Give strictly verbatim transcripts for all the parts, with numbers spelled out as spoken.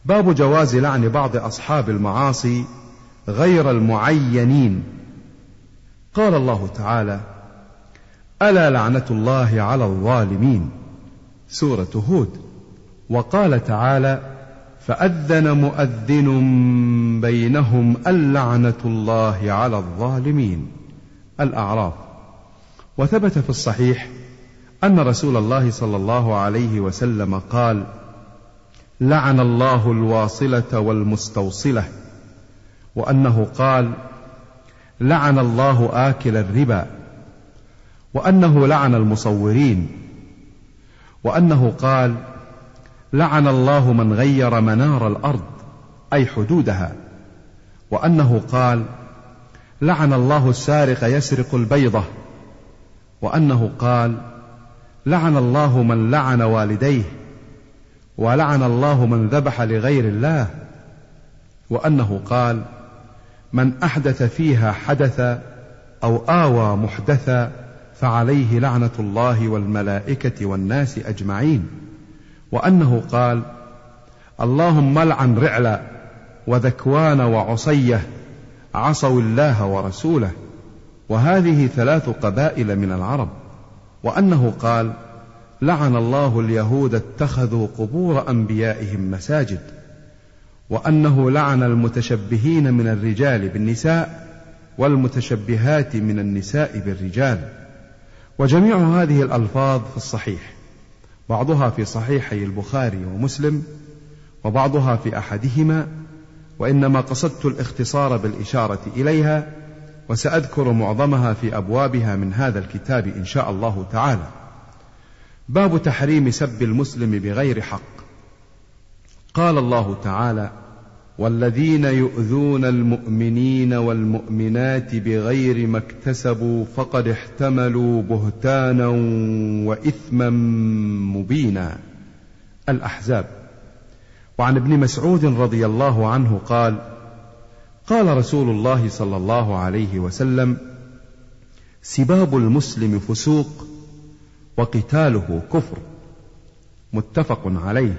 باب جواز لعن بعض أصحاب المعاصي غير المعينين. قال الله تعالى: ألا لعنة الله على الظالمين، سورة هود. وقال تعالى: فأذن مؤذن بينهم اللعنة الله على الظالمين، الأعراف. وثبت في الصحيح أن رسول الله صلى الله عليه وسلم قال: لعن الله الواصلة والمستوصلة، وأنه قال: لعن الله آكل الربا، وأنه لعن المصورين، وأنه قال: لعن الله من غير منار الأرض أي حدودها، وأنه قال: لعن الله السارق يسرق البيضة، وأنه قال: لعن الله من لعن والديه، ولعن الله من ذبح لغير الله، وأنه قال: من أحدث فيها حدثا أو آوى محدثا فعليه لعنة الله والملائكة والناس أجمعين، وأنه قال: اللهم لعن رعلا وذكوان وعصيه عصوا الله ورسوله، وهذه ثلاث قبائل من العرب، وأنه قال: لعن الله اليهود اتخذوا قبور أنبيائهم مساجد، وأنه لعن المتشبهين من الرجال بالنساء والمتشبهات من النساء بالرجال. وجميع هذه الألفاظ في الصحيح، بعضها في صحيحي البخاري ومسلم، وبعضها في أحدهما، وإنما قصدت الاختصار بالإشارة إليها، وسأذكر معظمها في أبوابها من هذا الكتاب إن شاء الله تعالى. باب تحريم سب المسلم بغير حق. قال الله تعالى: والذين يؤذون المؤمنين والمؤمنات بغير ما اكتسبوا فقد احتملوا بهتانا وإثما مبينا، الأحزاب. وعن ابن مسعود رضي الله عنه قال: قال رسول الله صلى الله عليه وسلم: سباب المسلم فسوق وقتاله كفر، متفق عليه.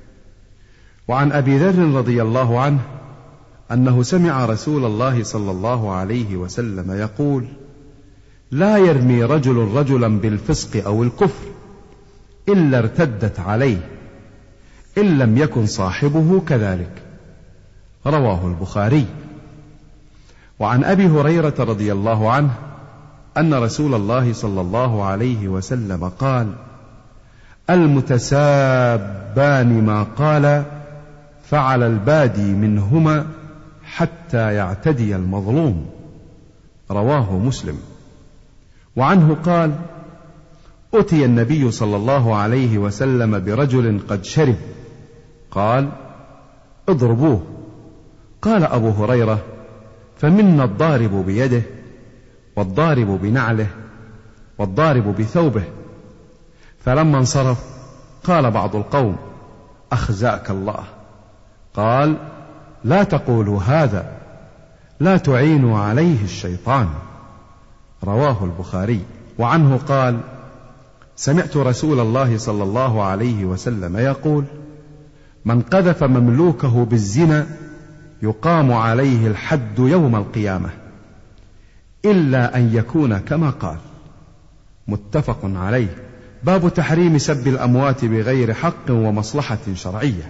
وعن أبي ذر رضي الله عنه أنه سمع رسول الله صلى الله عليه وسلم يقول: لا يرمي رجل رجلا بالفسق أو الكفر إلا ارتدت عليه إن لم يكن صاحبه كذلك، رواه البخاري. وعن أبي هريرة رضي الله عنه أن رسول الله صلى الله عليه وسلم قال: المتسابان ما قال فعل البادي منهما حتى يعتدي المظلوم، رواه مسلم. وعنه قال: أتي النبي صلى الله عليه وسلم برجل قد شرب، قال: اضربوه. قال أبو هريرة: فمنا الضارب بيده، والضارب بنعله، والضارب بثوبه. فلما انصرف قال بعض القوم: أخزاك الله. قال: لا تقولوا هذا، لا تعينوا عليه الشيطان، رواه البخاري. وعنه قال: سمعت رسول الله صلى الله عليه وسلم يقول: من قذف مملوكه بالزنا يقام عليه الحد يوم القيامة إلا أن يكون كما قال، متفق عليه. باب تحريم سب الأموات بغير حق ومصلحة شرعية،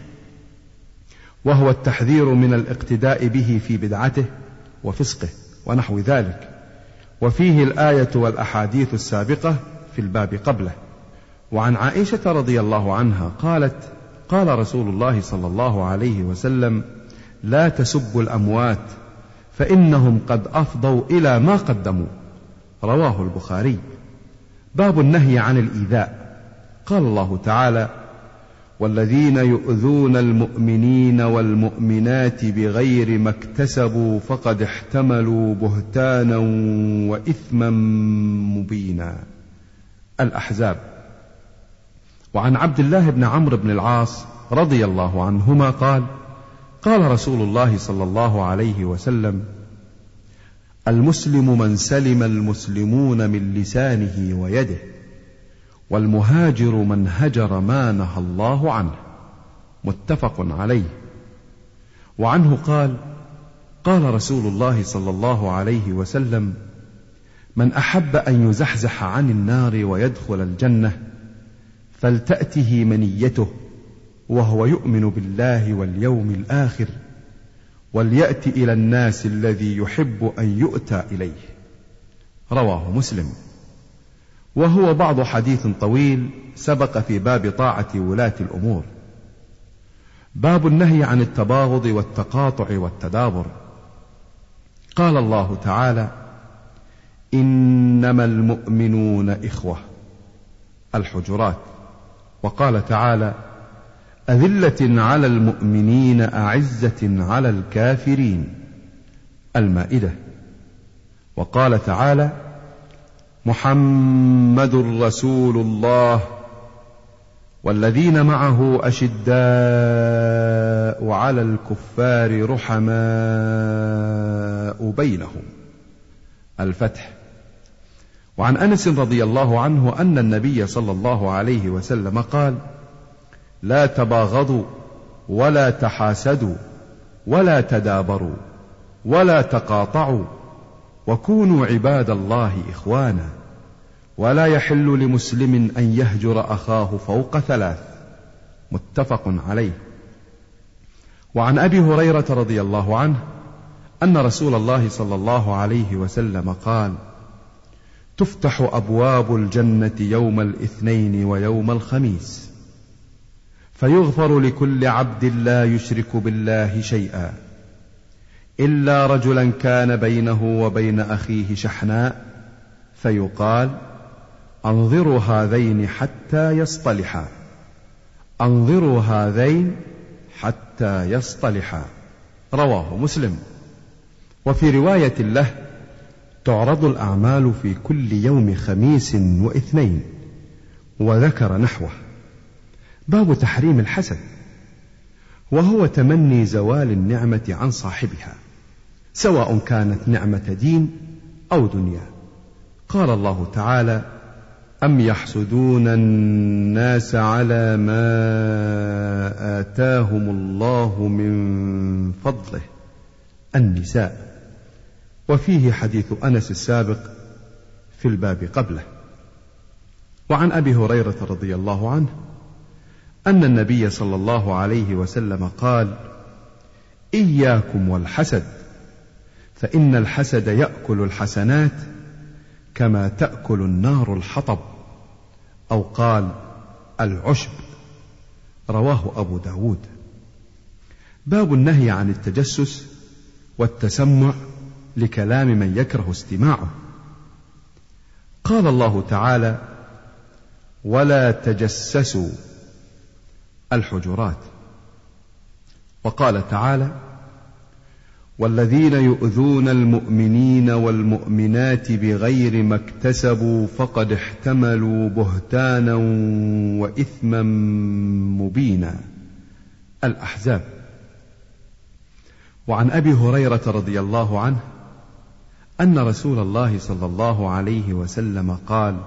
وهو التحذير من الاقتداء به في بدعته وفسقه ونحو ذلك، وفيه الآية والأحاديث السابقة في الباب قبله. وعن عائشة رضي الله عنها قالت: قال رسول الله صلى الله عليه وسلم: لا تسبوا الأموات فإنهم قد أفضوا إلى ما قدموا، رواه البخاري. باب النهي عن الإيذاء. قال الله تعالى: والذين يؤذون المؤمنين والمؤمنات بغير ما اكتسبوا فقد احتملوا بهتانا وإثما مبينا، الأحزاب. وعن عبد الله بن عمرو بن العاص رضي الله عنهما قال: قال رسول الله صلى الله عليه وسلم: المسلم من سلم المسلمون من لسانه ويده، والمهاجر من هجر ما نهى الله عنه، متفق عليه. وعنه قال: قال رسول الله صلى الله عليه وسلم: من أحب أن يزحزح عن النار ويدخل الجنة فلتأته منيته وهو يؤمن بالله واليوم الآخر، وليأت إلى الناس الذي يحب أن يؤتى إليه. رواه مسلم. وهو بعض حديث طويل سبق في باب طاعة ولاة الأمور. باب النهي عن التباغض والتقاطع والتدابر. قال الله تعالى: إنما المؤمنون إخوة، الحجرات. وقال تعالى: أذلة على المؤمنين أعزة على الكافرين، المائدة. وقال تعالى: محمد رسول الله والذين معه أشداء على الكفار رحماء بينهم، الفتح. وعن أنس رضي الله عنه أن النبي صلى الله عليه وسلم قال: لا تباغضوا ولا تحاسدوا ولا تدابروا ولا تقاطعوا وكونوا عباد الله إخوانا، ولا يحل لمسلم أن يهجر أخاه فوق ثلاث، متفق عليه. وعن أبي هريرة رضي الله عنه أن رسول الله صلى الله عليه وسلم قال: تفتح أبواب الجنة يوم الاثنين ويوم الخميس، فيغفر لكل عبد لا يشرك بالله شيئا إلا رجلا كان بينه وبين أخيه شحناء، فيقال: أنظروا هذين حتى يصطلحا، أنظروا هذين حتى يصطلحا. رواه مسلم. وفي رواية له: تعرض الأعمال في كل يوم خميس واثنين، وذكر نحوه. باب تحريم الحسد، وهو تمني زوال النعمة عن صاحبها، سواء كانت نعمة دين أو دنيا. قال الله تعالى: أم يحسدون الناس على ما آتاهم الله من فضله، النساء. وفيه حديث أنس السابق في الباب قبله. وعن أبي هريرة رضي الله عنه أن النبي صلى الله عليه وسلم قال: إياكم والحسد، فإن الحسد يأكل الحسنات كما تأكل النار الحطب، أو قال العشب. رواه أبو داود. باب النهي عن التجسس والتسمع لكلام من يكره استماعه. قال الله تعالى: ولا تجسسوا، الحجرات. وقال تعالى: والذين يؤذون المؤمنين والمؤمنات بغير ما اكتسبوا فقد احتملوا بهتانا وإثما مبينا، الأحزاب. وعن أبي هريرة رضي الله عنه أن رسول الله صلى الله عليه وسلم قال: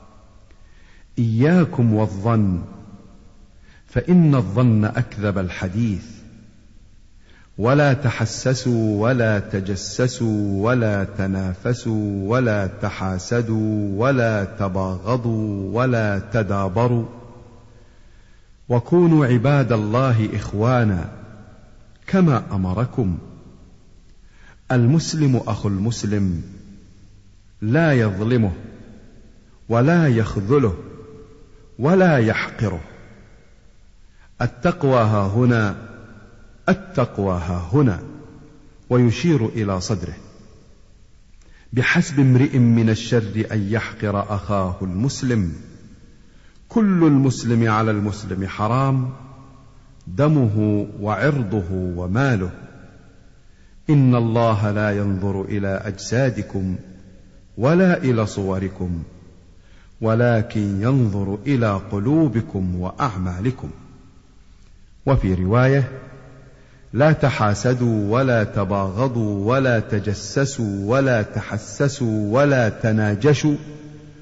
إياكم والظن، فإن الظن أكذب الحديث، ولا تحسسوا ولا تجسسوا ولا تنافسوا ولا تحاسدوا ولا تباغضوا ولا تدابروا، وكونوا عباد الله إخوانا كما أمركم. المسلم أخو المسلم، لا يظلمه ولا يخذله ولا يحقره. التقوى ها هنا، التقوى ها هنا، ويشير إلى صدره. بحسب امرئ من الشر أن يحقر أخاه المسلم، كل المسلم على المسلم حرام، دمه وعرضه وماله. إن الله لا ينظر إلى أجسادكم ولا إلى صوركم، ولكن ينظر إلى قلوبكم وأعمالكم. وفي رواية: لا تحاسدوا ولا تباغضوا ولا تجسسوا ولا تحسسوا ولا تناجشوا،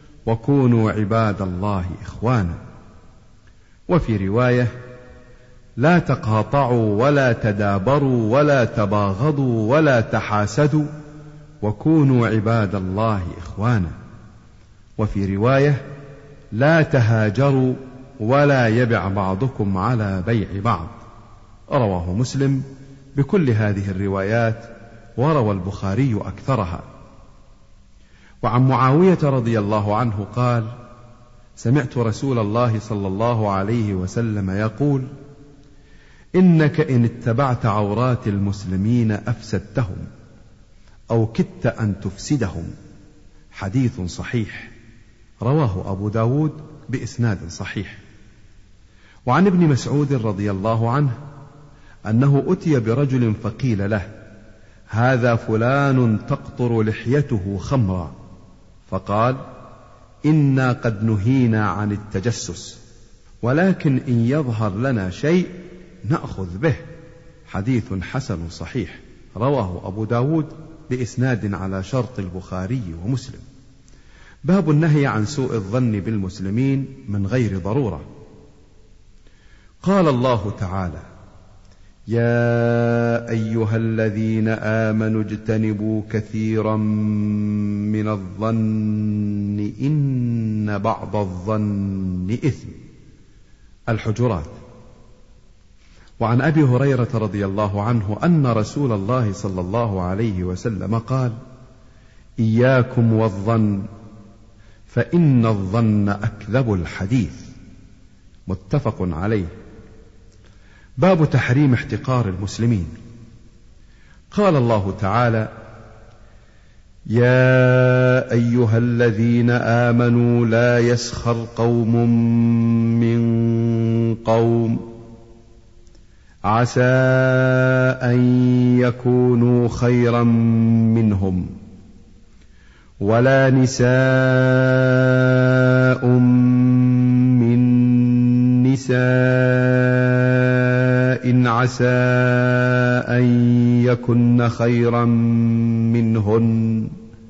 وكونوا عباد الله إخوانا. وفي رواية: لا تقاطعوا ولا تدابروا ولا تباغضوا ولا تحاسدوا وكونوا عباد الله إخوانا. وفي رواية لا تهاجروا ولا يبع بعضكم على بيع بعض. رواه مسلم بكل هذه الروايات، وروى البخاري أكثرها. وعن معاوية رضي الله عنه قال: سمعت رسول الله صلى الله عليه وسلم يقول: إنك إن اتبعت عورات المسلمين أفسدتهم أو كدت أن تفسدهم. حديث صحيح، رواه أبو داود بإسناد صحيح. وعن ابن مسعود رضي الله عنه أنه أتي برجل فقيل له: هذا فلان تقطر لحيته خمرا، فقال: إنا قد نهينا عن التجسس، ولكن إن يظهر لنا شيء نأخذ به. حديث حسن صحيح، رواه أبو داود بإسناد على شرط البخاري ومسلم. باب النهي عن سوء الظن بالمسلمين من غير ضرورة. قال الله تعالى: يا أيها الذين آمنوا اجتنبوا كثيرا من الظن إن بعض الظن إثم. الحجرات. وعن أبي هريرة رضي الله عنه أن رسول الله صلى الله عليه وسلم قال: إياكم والظن فإن الظن أكذب الحديث. متفق عليه. باب تحريم احتقار المسلمين. قال الله تعالى: يا أيها الذين آمنوا لا يسخر قوم من قوم عسى أن يكونوا خيرا منهم ولا نساء من نساء عسى أن يكن خيرا منهن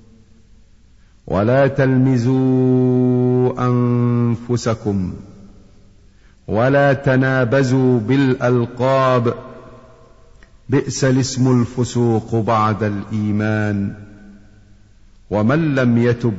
ولا تلمزوا أنفسكم ولا تنابزوا بالألقاب بئس الاسم الفسوق بعد الإيمان ومن لم يتب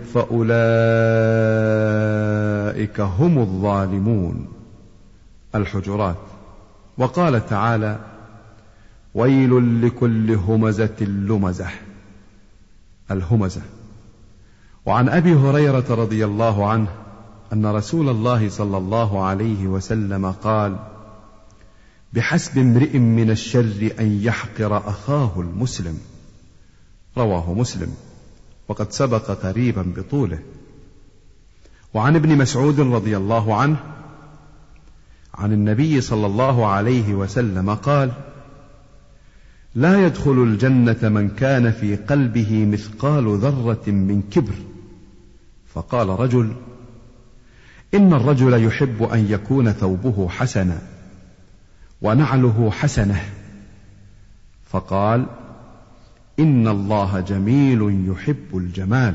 فأولئك هم الظالمون. الحجرات. وقال تعالى: ويل لكل همزة لمزة. الهمزة. وعن أبي هريرة رضي الله عنه أن رسول الله صلى الله عليه وسلم قال: بحسب امرئ من الشر أن يحقر أخاه المسلم. رواه مسلم، وقد سبق قريبا بطوله. وعن ابن مسعود رضي الله عنه عن النبي صلى الله عليه وسلم قال: لا يدخل الجنة من كان في قلبه مثقال ذرة من كبر. فقال رجل: إن الرجل يحب أن يكون ثوبه حسنا ونعله حسنة. فقال: إن الله جميل يحب الجمال.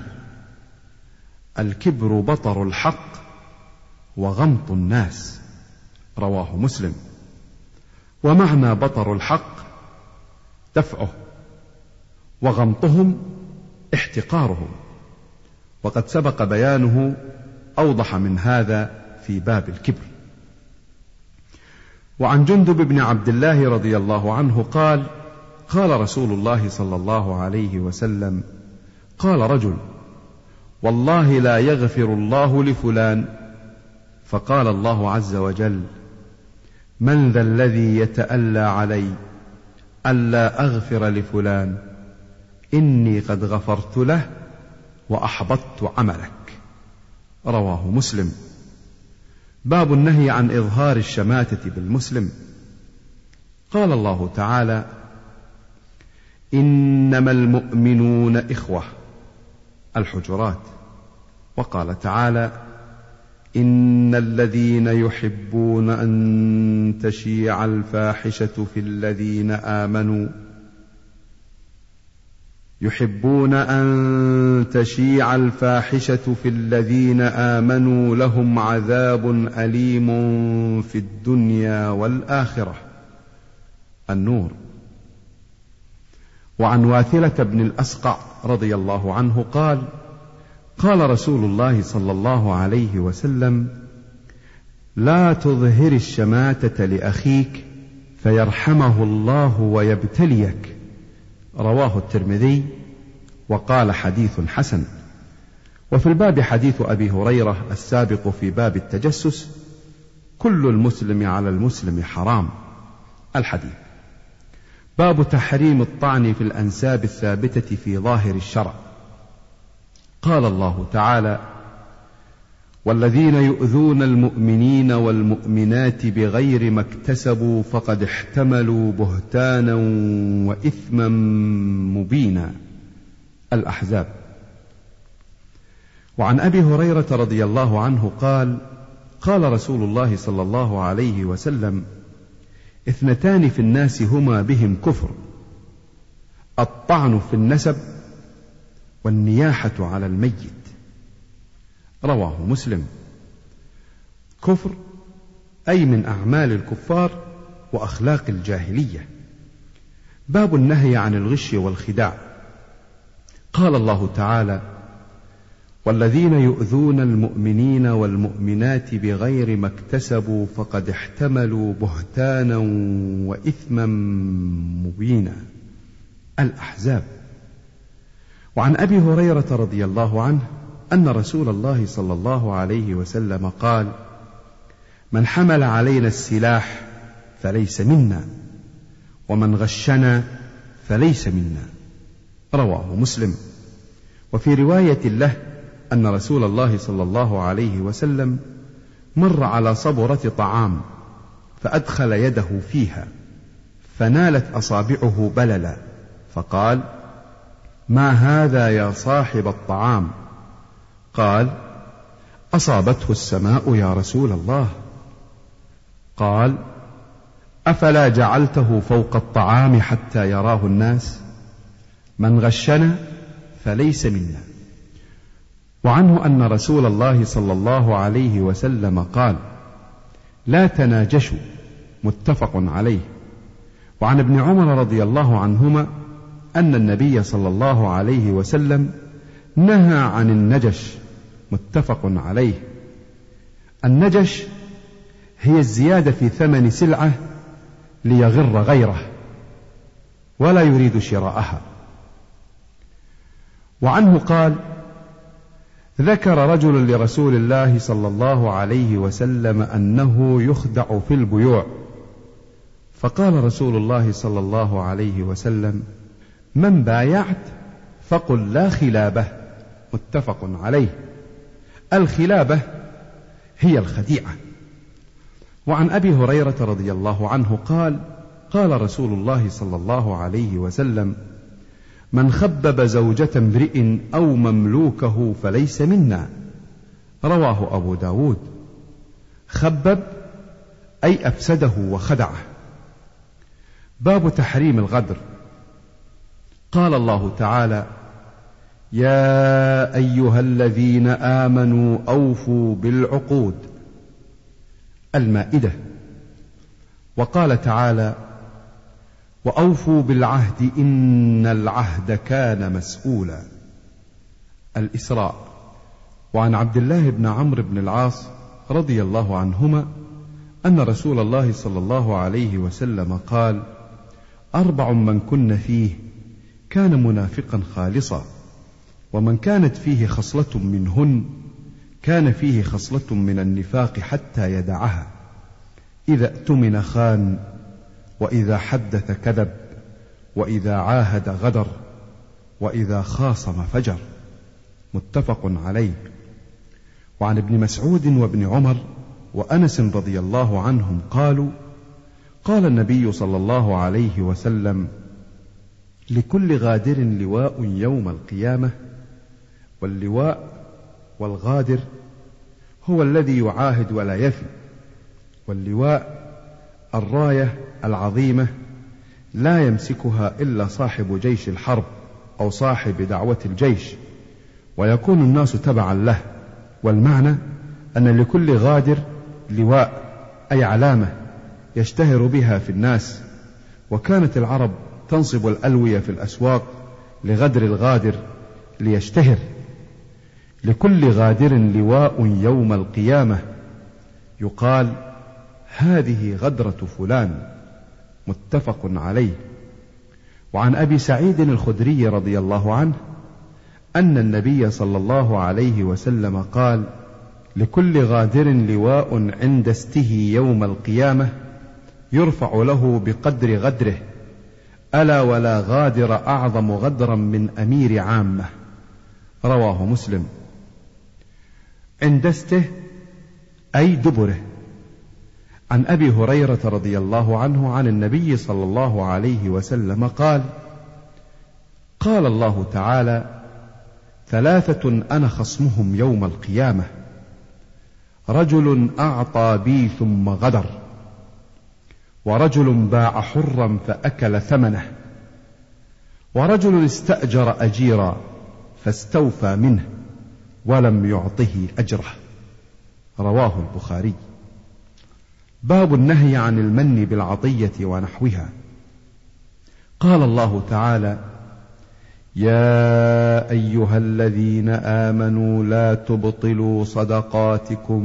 الكبر بطر الحق وغمط الناس. رواه مسلم. ومعنى بطر الحق دفعه، وغمطهم احتقارهم، وقد سبق بيانه أوضح من هذا في باب الكبر. وعن جندب بن عبد الله رضي الله عنه قال: قال رسول الله صلى الله عليه وسلم: قال رجل: والله لا يغفر الله لفلان. فقال الله عز وجل: من ذا الذي يتألى علي ألا أغفر لفلان؟ إني قد غفرت له وأحبطت عملك. رواه مسلم. باب النهي عن إظهار الشماتة بالمسلم. قال الله تعالى: إنما المؤمنون إخوة. الحجرات. وقال تعالى: إن الذين يحبون أن تشيع الفاحشة في الذين آمنوا يحبون أن تشيع الفاحشة في الذين آمنوا لهم عذاب أليم في الدنيا والآخرة. النور. وعن واثلة بن الأسقع رضي الله عنه قال: قال رسول الله صلى الله عليه وسلم: لا تظهر الشماتة لأخيك فيرحمه الله ويبتليك. رواه الترمذي وقال حديث حسن. وفي الباب حديث أبي هريرة السابق في باب التجسس: كل المسلم على المسلم حرام. الحديث. باب تحريم الطعن في الأنساب الثابتة في ظاهر الشرع. قال الله تعالى: والذين يؤذون المؤمنين والمؤمنات بغير ما اكتسبوا فقد احتملوا بهتانا وإثما مبينا. الأحزاب. وعن أبي هريرة رضي الله عنه قال: قال رسول الله صلى الله عليه وسلم: اثنتان في الناس هما بهم كفر: الطعن في النسب والنياحة على الميت. رواه مسلم. كفر أي من أعمال الكفار وأخلاق الجاهلية. باب النهي عن الغش والخداع. قال الله تعالى: والذين يؤذون المؤمنين والمؤمنات بغير ما اكتسبوا فقد احتملوا بهتانا وإثما مبينا. الأحزاب. وعن أبي هريرة رضي الله عنه أن رسول الله صلى الله عليه وسلم قال: من حمل علينا السلاح فليس منا، ومن غشنا فليس منا. رواه مسلم. وفي رواية له أن رسول الله صلى الله عليه وسلم مر على صبرة طعام فأدخل يده فيها فنالت أصابعه بللا، فقال: ما هذا يا صاحب الطعام؟ قال: أصابته السماء يا رسول الله. قال: أفلا جعلته فوق الطعام حتى يراه الناس؟ من غشنا فليس منا. وعنه أن رسول الله صلى الله عليه وسلم قال: لا تناجشوا. متفق عليه. وعن ابن عمر رضي الله عنهما أن النبي صلى الله عليه وسلم نهى عن النجش. متفق عليه. النجش هي الزيادة في ثمن سلعة ليغر غيره ولا يريد شراءها. وعنه قال: ذكر رجل لرسول الله صلى الله عليه وسلم أنه يخدع في البيوع، فقال رسول الله صلى الله عليه وسلم: من بايعت فقل لا خلابة. متفق عليه. الخلابة هي الخديعة. وعن أبي هريرة رضي الله عنه قال: قال رسول الله صلى الله عليه وسلم: من خبب زوجة امرئ أو مملوكه فليس منا. رواه أبو داود. خبب أي أفسده وخدعه. باب تحريم الغدر. قال الله تعالى: يا أيها الذين آمنوا أوفوا بالعقود. المائدة. وقال تعالى: وأوفوا بالعهد إن العهد كان مسؤولا. الإسراء. وعن عبد الله بن عمرو بن العاص رضي الله عنهما أن رسول الله صلى الله عليه وسلم قال: أربع من كن فيه كان منافقا خالصا، ومن كانت فيه خصلة منهن كان فيه خصلة من النفاق حتى يدعها: إذا اؤتمن خان، وإذا حدث كذب، وإذا عاهد غدر، وإذا خاصم فجر. متفق عليه. وعن ابن مسعود وابن عمر وأنس رضي الله عنهم قالوا: قال النبي صلى الله عليه وسلم: لكل غادر لواء يوم القيامة، واللواء والغادر هو الذي يعاهد ولا يفي، واللواء الراية العظيمة لا يمسكها إلا صاحب جيش الحرب أو صاحب دعوة الجيش، ويكون الناس تبعا له. والمعنى أن لكل غادر لواء أي علامة يشتهر بها في الناس، وكانت العرب تنصب الألوية في الأسواق لغدر الغادر ليشتهر. لكل غادر لواء يوم القيامة، يقال هذه غدرة فلان، متفق عليه. وعن أبي سعيد الخدري رضي الله عنه أن النبي صلى الله عليه وسلم قال: لكل غادر لواء عند استه يوم القيامة يرفع له بقدر غدره، ألا ولا غادر أعظم غدرا من أمير عامة. رواه مسلم. عند استه أي دبره. عن أبي هريرة رضي الله عنه عن النبي صلى الله عليه وسلم قال: قال الله تعالى: ثلاثة أنا خصمهم يوم القيامة: رجل أعطى بي ثم غدر، ورجل باع حرا فأكل ثمنه، ورجل استأجر أجيرا فاستوفى منه ولم يعطه أجره. رواه البخاري. باب النهي عن المن بالعطية ونحوها. قال الله تعالى: يا أيها الذين آمنوا لا تبطلوا صدقاتكم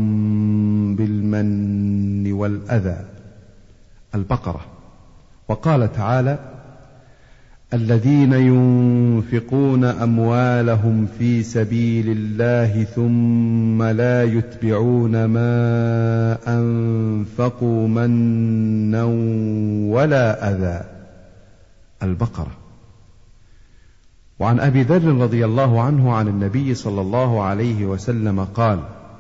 بالمن والأذى. البقرة. وقال تعالى: الذين ينفقون أموالهم في سبيل الله ثم لا يتبعون ما أنفقوا منا ولا أذى. البقرة. وعن أبي ذر رضي الله عنه عن النبي صلى الله عليه وسلم قال: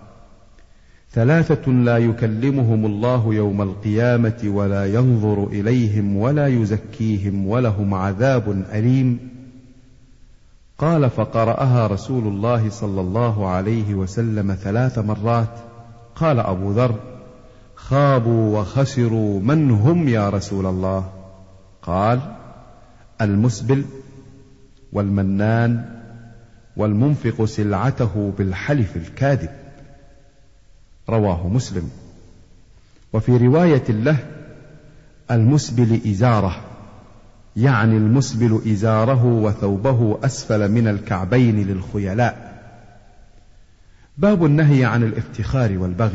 ثلاثة لا يكلمهم الله يوم القيامة ولا ينظر إليهم ولا يزكيهم ولهم عذاب أليم. قال: فقرأها رسول الله صلى الله عليه وسلم ثلاث مرات. قال أبو ذر: خابوا وخسروا، من هم يا رسول الله؟ قال: المسبل والمنان والمنفق سلعته بالحلف الكاذب. رواه مسلم. وفي رواية له: المسبل إزاره، يعني المسبل إزاره وثوبه أسفل من الكعبين للخيلاء. باب النهي عن الافتخار والبغي.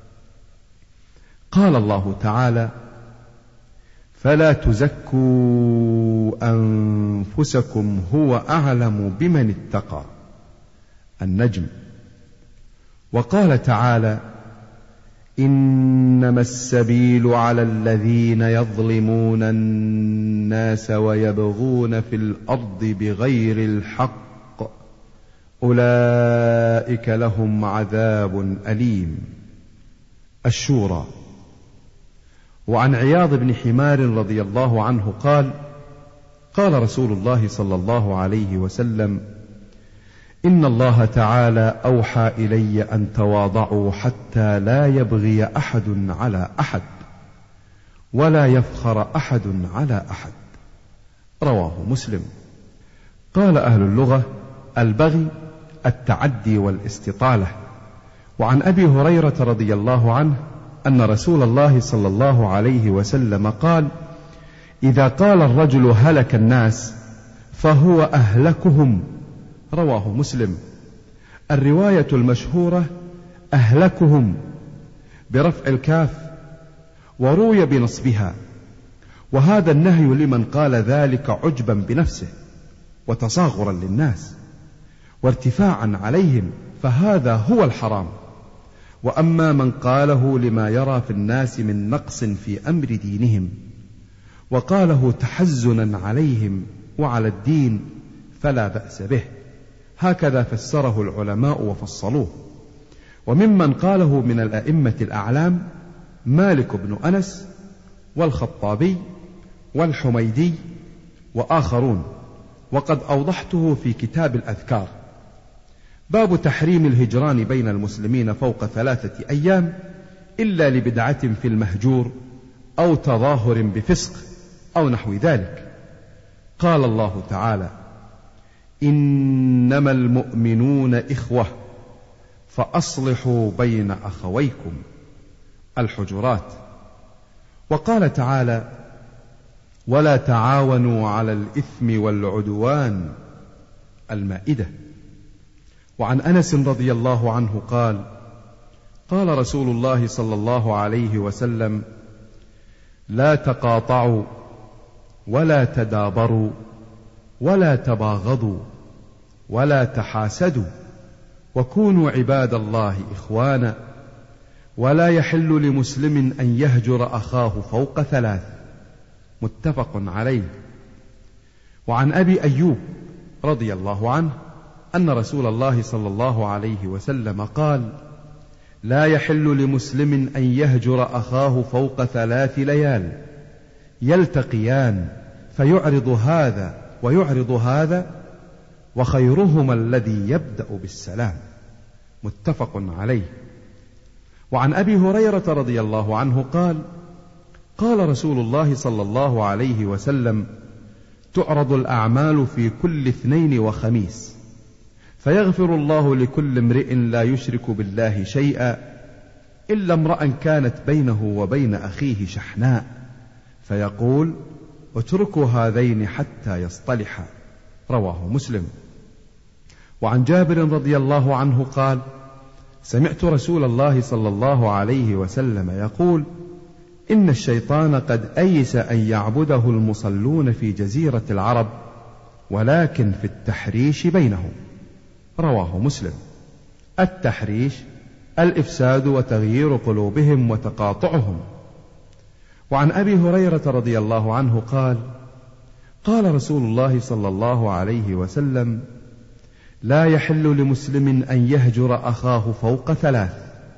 قال الله تعالى: فلا تزكوا أنفسكم هو أعلم بمن اتقى. النجم. وقال تعالى: إنما السبيل على الذين يظلمون الناس ويبغون في الأرض بغير الحق أولئك لهم عذاب أليم. الشورى. وعن عياض بن حمار رضي الله عنه قال: قال رسول الله صلى الله عليه وسلم: إن الله تعالى أوحى إلي أن تواضعوا حتى لا يبغي أحد على أحد ولا يفخر أحد على أحد. رواه مسلم. قال أهل اللغة: البغي التعدي والاستطالة. وعن أبي هريرة رضي الله عنه أن رسول الله صلى الله عليه وسلم قال: إذا قال الرجل هلك الناس فهو أهلكهم. رواه مسلم. الرواية المشهورة أهلكهم برفع الكاف، وروي بنصبها، وهذا النهي لمن قال ذلك عجبا بنفسه وتصاغرا للناس وارتفاعا عليهم، فهذا هو الحرام. وأما من قاله لما يرى في الناس من نقص في أمر دينهم وقاله تحزنا عليهم وعلى الدين فلا بأس به. هكذا فسره العلماء وفصلوه. وممن قاله من الأئمة الأعلام مالك بن أنس والخطابي والحميدي وآخرون، وقد أوضحته في كتاب الأذكار. باب تحريم الهجران بين المسلمين فوق ثلاثة أيام إلا لبدعة في المهجور أو تظاهر بفسق أو نحو ذلك. قال الله تعالى: إنما المؤمنون إخوة فأصلحوا بين أخويكم. الحجرات. وقال تعالى: ولا تعاونوا على الإثم والعدوان. المائدة. وعن أنس رضي الله عنه قال: قال رسول الله صلى الله عليه وسلم: لا تقاطعوا ولا تدابروا ولا تباغضوا ولا تحاسدوا، وكونوا عباد الله إخوانا، ولا يحل لمسلم أن يهجر أخاه فوق ثلاث. متفق عليه. وعن أبي أيوب رضي الله عنه أن رسول الله صلى الله عليه وسلم قال: لا يحل لمسلم أن يهجر أخاه فوق ثلاث ليال يلتقيان فيعرض هذا ويعرض هذا، وخيرهما الذي يبدأ بالسلام. متفق عليه. وعن أبي هريرة رضي الله عنه قال: قال رسول الله صلى الله عليه وسلم: تعرض الأعمال في كل اثنين وخميس، فيغفر الله لكل امرئ لا يشرك بالله شيئا إلا امرأ كانت بينه وبين أخيه شحناء، فيقول: اتركوا هذين حتى يصطلحا. رواه مسلم. وعن جابر رضي الله عنه قال: سمعت رسول الله صلى الله عليه وسلم يقول: إن الشيطان قد أيس أن يعبده المصلون في جزيرة العرب، ولكن في التحريش بينهم. رواه مسلم. التحريش الإفساد وتغيير قلوبهم وتقاطعهم. وعن أبي هريرة رضي الله عنه قال: قال رسول الله صلى الله عليه وسلم: لا يحل لمسلم أن يهجر أخاه فوق ثلاث،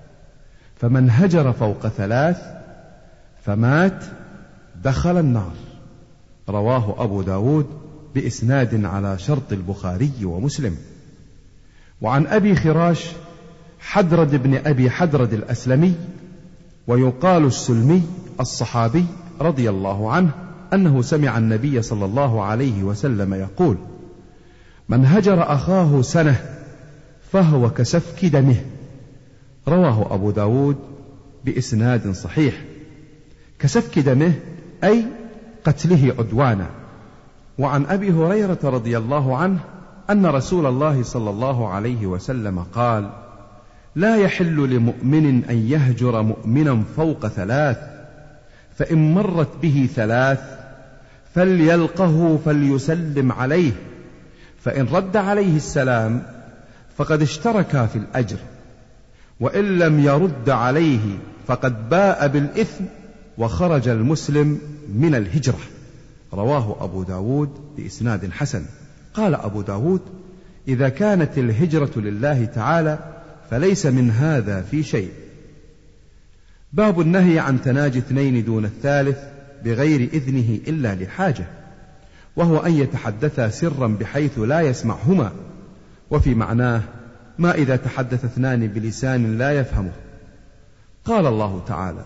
فمن هجر فوق ثلاث فمات دخل النار. رواه أبو داود بإسناد على شرط البخاري ومسلم. وعن أبي خراش حدرد بن أبي حدرد الأسلمي ويقال السلمي الصحابي رضي الله عنه أنه سمع النبي صلى الله عليه وسلم يقول: من هجر أخاه سنة فهو كسفك دمه. رواه أبو داود بإسناد صحيح. كسفك دمه أي قتله عدوانا. وعن أبي هريرة رضي الله عنه أن رسول الله صلى الله عليه وسلم قال: لا يحل لمؤمن أن يهجر مؤمنا فوق ثلاث، فإن مرت به ثلاث فليلقه فليسلم عليه، فإن رد عليه السلام فقد اشترك في الأجر، وإن لم يرد عليه فقد باء بالإثم وخرج المسلم من الهجرة. رواه أبو داود بإسناد حسن. قال أبو داود: إذا كانت الهجرة لله تعالى فليس من هذا في شيء. باب النهي عن تناجي اثنين دون الثالث بغير إذنه إلا لحاجة، وهو أن يتحدثا سرا بحيث لا يسمعهما. وفي معناه: ما إذا تحدث اثنان بلسان لا يفهمه. قال الله تعالى: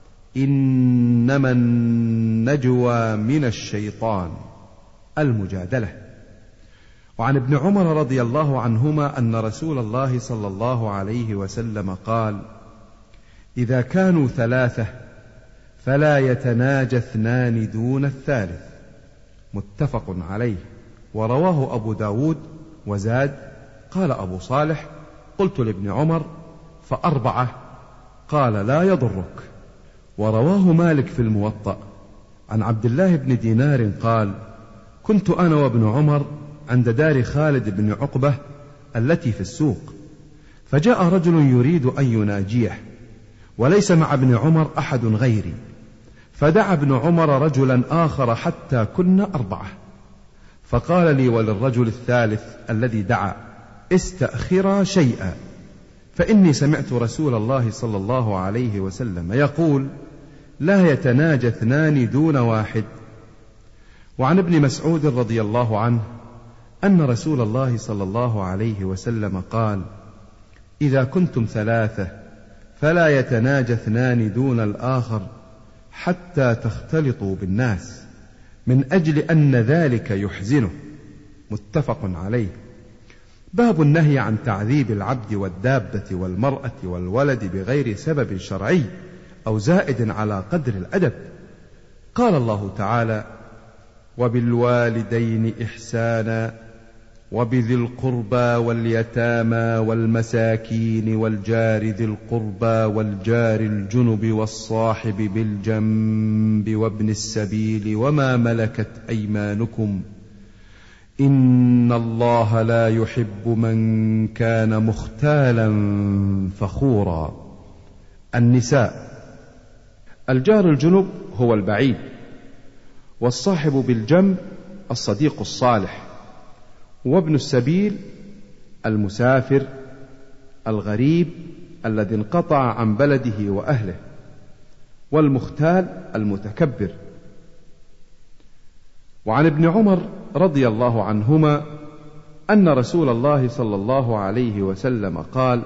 إنما النجوى من الشيطان. المجادلة. وعن ابن عمر رضي الله عنهما أن رسول الله صلى الله عليه وسلم قال: إذا كانوا ثلاثة فلا يتناجى اثنان دون الثالث. متفق عليه. ورواه أبو داود وزاد. قال أبو صالح: قلت لابن عمر: فأربعة؟ قال: لا يضرك. ورواه مالك في الموطأ عن عبد الله بن دينار قال: كنت أنا وابن عمر عند دار خالد بن عقبة التي في السوق، فجاء رجل يريد أن يناجيه، وليس مع ابن عمر أحد غيري، فدعا ابن عمر رجلا آخر حتى كنا أربعة، فقال لي وللرجل الثالث الذي دعا: استأخرا شيئا، فإني سمعت رسول الله صلى الله عليه وسلم يقول: لا يتناجى اثنان دون واحد. وعن ابن مسعود رضي الله عنه أن رسول الله صلى الله عليه وسلم قال: إذا كنتم ثلاثة فلا يتناجى اثنان دون الآخر حتى تختلطوا بالناس، من أجل أن ذلك يحزنه. متفق عليه. باب النهي عن تعذيب العبد والدابة والمرأة والولد بغير سبب شرعي أو زائد على قدر الأدب. قال الله تعالى: وبالوالدين إحسانا وبذي القربى واليتامى والمساكين والجار ذي القربى والجار الجنب والصاحب بالجنب وابن السبيل وما ملكت أيمانكم إن الله لا يحب من كان مختالا فخورا. النساء. الجار الجنب هو البعيد، والصاحب بالجنب الصديق الصالح، وابن السبيل المسافر الغريب الذي انقطع عن بلده وأهله، والمختال المتكبر. وعن ابن عمر رضي الله عنهما أن رسول الله صلى الله عليه وسلم قال: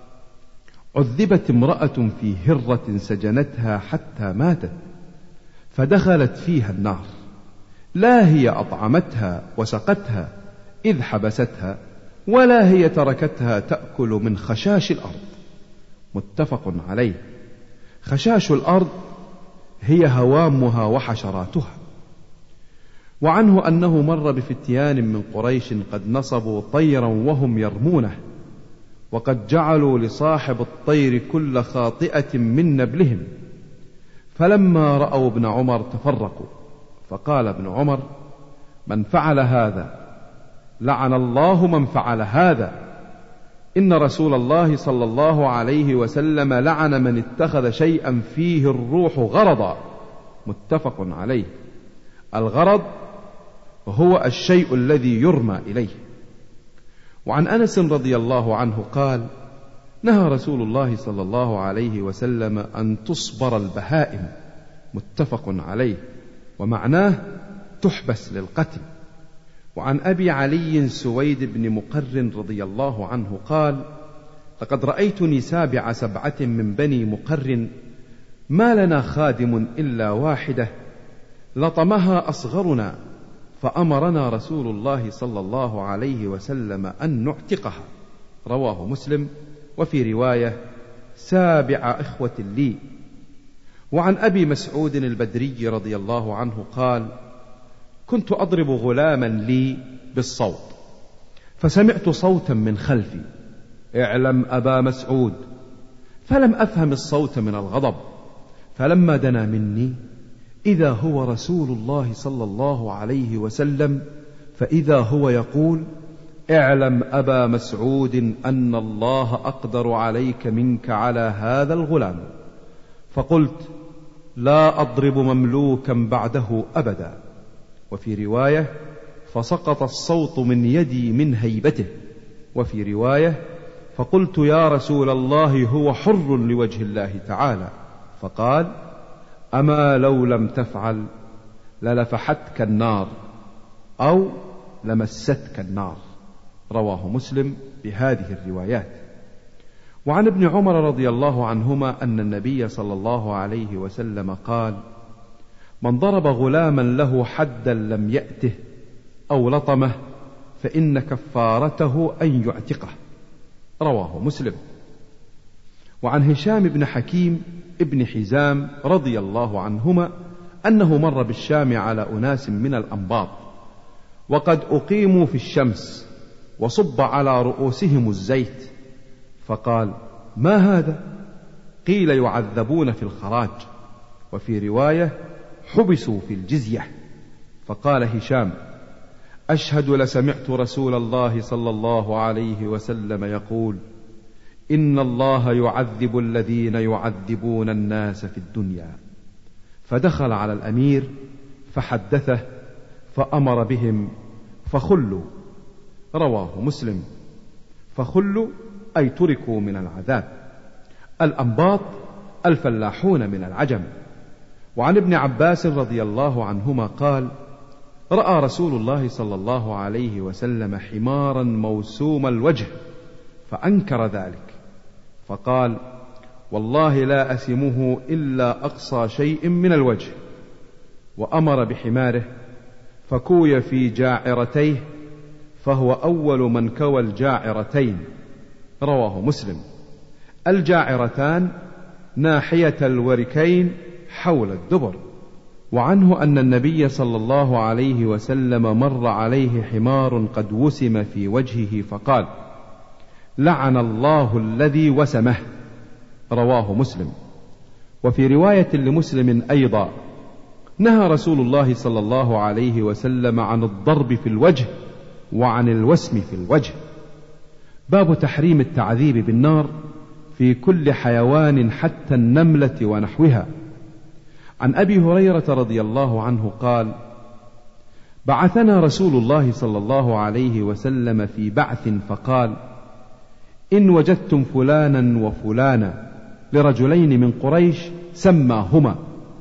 عذبت امرأة في هرة سجنتها حتى ماتت فدخلت فيها النار، لا هي أطعمتها وسقتها إذ حبستها، ولا هي تركتها تأكل من خشاش الأرض. متفق عليه. خشاش الأرض هي هوامها وحشراتها. وعنه أنه مر بفتيان من قريش قد نصبوا طيرا وهم يرمونه، وقد جعلوا لصاحب الطير كل خاطئة من نبلهم، فلما رأوا ابن عمر تفرقوا، فقال ابن عمر: من فعل هذا لعن الله من فعل هذا، إن رسول الله صلى الله عليه وسلم لعن من اتخذ شيئا فيه الروح غرضا. متفق عليه. الغرض هو الشيء الذي يرمى إليه. وعن أنس رضي الله عنه قال: نهى رسول الله صلى الله عليه وسلم أن تصبر البهائم. متفق عليه، ومعناه تحبس للقتل. وعن أبي علي سويد بن مقرن رضي الله عنه قال: لقد رأيتني سابع سبعة من بني مقرن، ما لنا خادم إلا واحدة لطمها أصغرنا، فأمرنا رسول الله صلى الله عليه وسلم أن نعتقها. رواه مسلم. وفي رواية: سابع إخوة لي. وعن أبي مسعود البدري رضي الله عنه قال: كنت أضرب غلاما لي بالصوت، فسمعت صوتا من خلفي: اعلم أبا مسعود، فلم أفهم الصوت من الغضب، فلما دنا مني إذا هو رسول الله صلى الله عليه وسلم، فإذا هو يقول: اعلم أبا مسعود أن الله أقدر عليك منك على هذا الغلام. فقلت: لا أضرب مملوكا بعده أبدا. وفي رواية: فسقط الصوت من يدي من هيبته. وفي رواية: فقلت: يا رسول الله هو حر لوجه الله تعالى. فقال: أما لو لم تفعل للفحتك النار أو لمستك النار. رواه مسلم بهذه الروايات. وعن ابن عمر رضي الله عنهما أن النبي صلى الله عليه وسلم قال: من ضرب غلاما له حدا لم يأته أو لطمه فإن كفارته أن يعتقه. رواه مسلم. وعن هشام بن حكيم ابن حزام رضي الله عنهما أنه مر بالشام على أناس من الأنباط وقد أقيموا في الشمس وصب على رؤوسهم الزيت، فقال: ما هذا؟ قيل: يعذبون في الخراج. وفي رواية: حبسوا في الجزية. فقال هشام: أشهد لسمعت رسول الله صلى الله عليه وسلم يقول: إن الله يعذب الذين يعذبون الناس في الدنيا. فدخل على الأمير فحدثه فأمر بهم فخلوا. رواه مسلم. فخلوا أي تركوا من العذاب. الأنباط الفلاحون من العجم. وعن ابن عباس رضي الله عنهما قال: رأى رسول الله صلى الله عليه وسلم حمارا موسوم الوجه فأنكر ذلك، فقال: والله لا أسمه إلا أقصى شيء من الوجه. وأمر بحماره فكوي في جاعرتيه، فهو أول من كوى الجاعرتين. رواه مسلم. الجاعرتان ناحية الوركين حول الدبر. وعنه أن النبي صلى الله عليه وسلم مر عليه حمار قد وسم في وجهه فقال: لعن الله الذي وسمه. رواه مسلم. وفي رواية لمسلم أيضا: نهى رسول الله صلى الله عليه وسلم عن الضرب في الوجه وعن الوسم في الوجه. باب تحريم التعذيب بالنار في كل حيوان حتى النملة ونحوها. عن أبي هريرة رضي الله عنه قال: بعثنا رسول الله صلى الله عليه وسلم في بعث فقال: إن وجدتم فلانا وفلانا لرجلين من قريش سماهما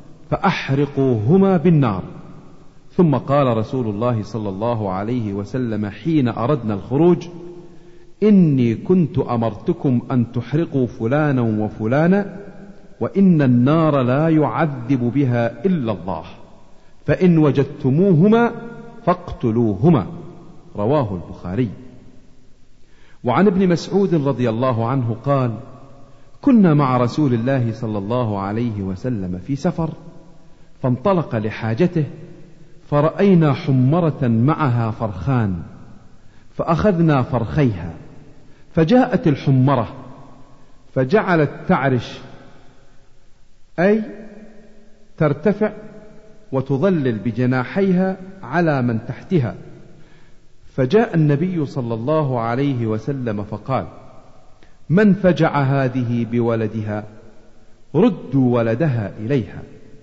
فأحرقوهما بالنار. ثم قال رسول الله صلى الله عليه وسلم حين أردنا الخروج: إني كنت أمرتكم أن تحرقوا فلانا وفلانا، وإن النار لا يعذب بها إلا الله، فإن وجدتموهما فاقتلوهما. رواه البخاري. وعن ابن مسعود رضي الله عنه قال: كنا مع رسول الله صلى الله عليه وسلم في سفر، فانطلق لحاجته، فرأينا حمرة معها فرخان، فأخذنا فرخيها، فجاءت الحمرة فجعلت تعرش، أي ترتفع وتظلل بجناحيها على من تحتها. فجاء النبي صلى الله عليه وسلم فقال: من فجع هذه بولدها؟ ردوا ولدها إليها.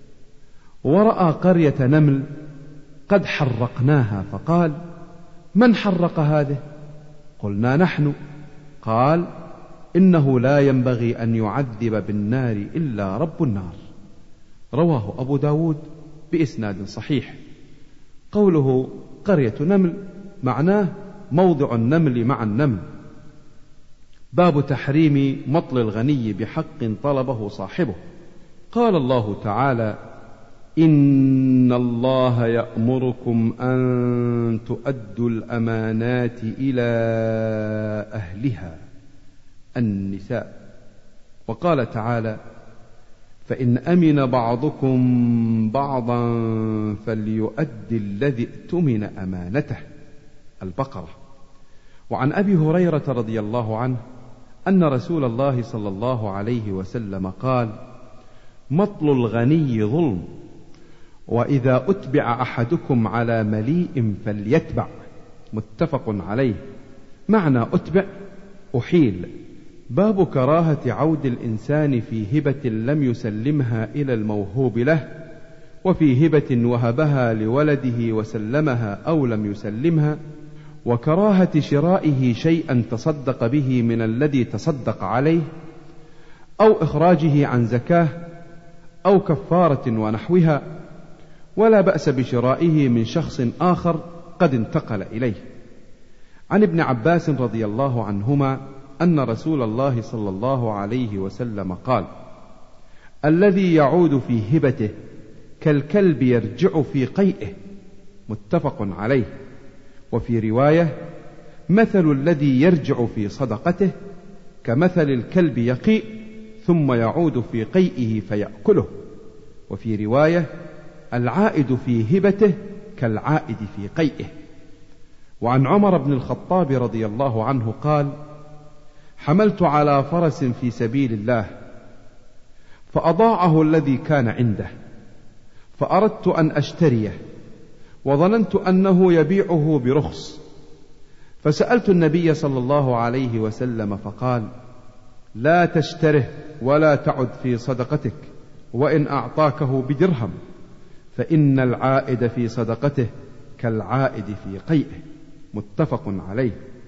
ورأى قرية نمل قد حرقناها فقال: من حرق هذه؟ قلنا: نحن. قال: إنه لا ينبغي أن يعذب بالنار إلا رب النار. رواه أبو داود بإسناد صحيح. قوله قرية نمل معناه موضع النمل مع النمل. باب تحريم مطل الغني بحق طلبه صاحبه. قال الله تعالى: إن الله يأمركم أن تؤدوا الأمانات إلى أهلها. النساء. وقال تعالى: فإن أمن بعضكم بعضا فليؤدي الذي ائتمن أمانته. البقرة. وعن أبي هريرة رضي الله عنه أن رسول الله صلى الله عليه وسلم قال: مطل الغني ظلم، وإذا أتبع أحدكم على مليء فليتبع. متفق عليه. معنى أتبع: أحيل. باب كراهة عود الإنسان في هبة لم يسلمها إلى الموهوب له، وفي هبة وهبها لولده وسلمها أو لم يسلمها، وكراهة شرائه شيئا تصدق به من الذي تصدق عليه، أو إخراجه عن زكاة أو كفارة ونحوها، ولا بأس بشرائه من شخص آخر قد انتقل إليه. عن ابن عباس رضي الله عنهما أن رسول الله صلى الله عليه وسلم قال: الذي يعود في هبته كالكلب يرجع في قيئه. متفق عليه. وفي رواية: مثل الذي يرجع في صدقته كمثل الكلب يقيء ثم يعود في قيئه فيأكله. وفي رواية: العائد في هبته كالعائد في قيئه. وعن عمر بن الخطاب رضي الله عنه قال: حملت على فرس في سبيل الله، فأضاعه الذي كان عنده، فأردت أن أشتريه، وظننت أنه يبيعه برخص، فسألت النبي صلى الله عليه وسلم فقال: لا تشتره ولا تعد في صدقتك، وإن أعطاكه بدرهم، فإن العائد في صدقته كالعائد في قيئه. متفق عليه.